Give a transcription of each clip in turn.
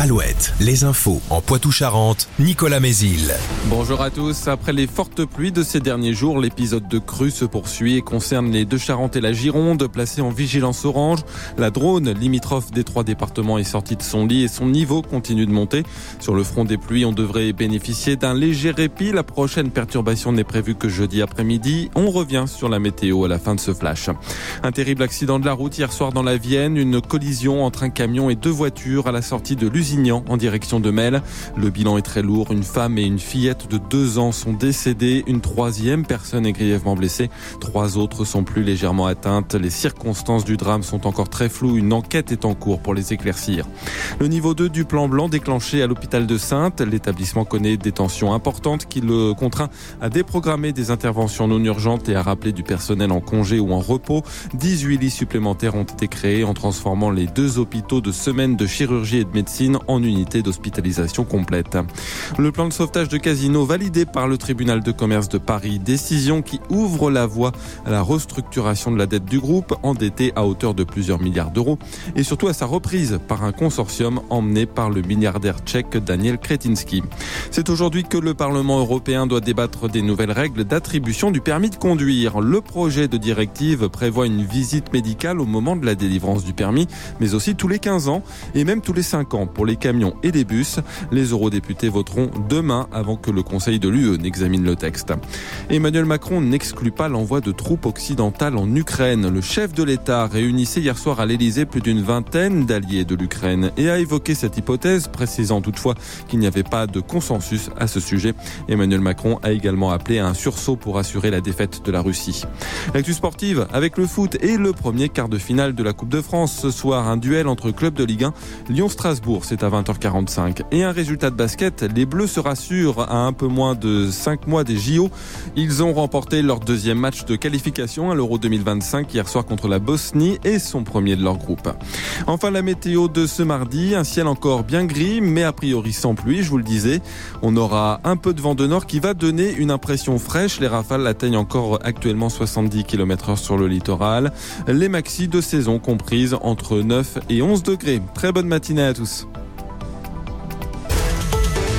Alouette, les infos en Poitou-Charentes, Nicolas Mézil. Bonjour à tous. Après les fortes pluies de ces derniers jours, l'épisode de crue se poursuit et concerne les Deux-Charentes et la Gironde, placées en vigilance orange. La Drône, limitrophe des 3 départements, est sortie de son lit et son niveau continue de monter. Sur le front des pluies, on devrait bénéficier d'un léger répit. La prochaine perturbation n'est prévue que jeudi après-midi. On revient sur la météo à la fin de ce flash. Un terrible accident de la route hier soir dans la Vienne. Une collision entre un camion et 2 voitures à la sortie de Lusignan en direction de Melle. Le bilan est très lourd. Une femme et une fillette de 2 ans sont décédées. Une 3e personne est grièvement blessée. 3 autres sont plus légèrement atteintes. Les circonstances du drame sont encore très floues. Une enquête est en cours pour les éclaircir. Le niveau 2 du plan blanc déclenché à l'hôpital de Saintes. L'établissement connaît des tensions importantes qui le contraint à déprogrammer des interventions non urgentes et à rappeler du personnel en congé ou en repos. 18 lits supplémentaires ont été créés en transformant les 2 hôpitaux de semaine de chirurgie et de médecine en unité d'hospitalisation complète. Le plan de sauvetage de Casino validé par le tribunal de commerce de Paris. Décision qui ouvre la voie à la restructuration de la dette du groupe, endetté à hauteur de plusieurs milliards d'euros, et surtout à sa reprise par un consortium emmené par le milliardaire tchèque Daniel Kretinsky. C'est aujourd'hui que le Parlement européen doit débattre des nouvelles règles d'attribution du permis de conduire. Le projet de directive prévoit une visite médicale au moment de la délivrance du permis, mais aussi tous les 15 ans et même tous les 5 ans pour les camions et les bus. Les eurodéputés voteront demain avant que le Conseil de l'UE n'examine le texte. Emmanuel Macron n'exclut pas l'envoi de troupes occidentales en Ukraine. Le chef de l'État réunissait hier soir à l'Elysée plus d'une vingtaine d'alliés de l'Ukraine et a évoqué cette hypothèse, précisant toutefois qu'il n'y avait pas de consensus à ce sujet. Emmanuel Macron a également appelé à un sursaut pour assurer la défaite de la Russie. L'actu sportive avec le foot et le premier quart de finale de la Coupe de France. Ce soir, un duel entre clubs de Ligue 1. Lyon-Strasbourg, c'est à 20h45. Et un résultat de basket, les Bleus se rassurent à un peu moins de 5 mois des JO. Ils ont remporté leur 2e match de qualification à l'Euro 2025 hier soir contre la Bosnie et sont premiers de leur groupe. Enfin, la météo de ce mardi, un ciel encore bien gris, mais a priori sans pluie, je vous le disais. On aura un peu de vent de nord qui va donner une impression fraîche. Les rafales atteignent encore actuellement 70 km/h sur le littoral. Les maxis de saison comprises entre 9 et 11 degrés. Très bonne matinée à tous.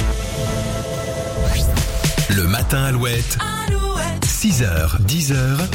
Le matin Alouette. 6h, 10h.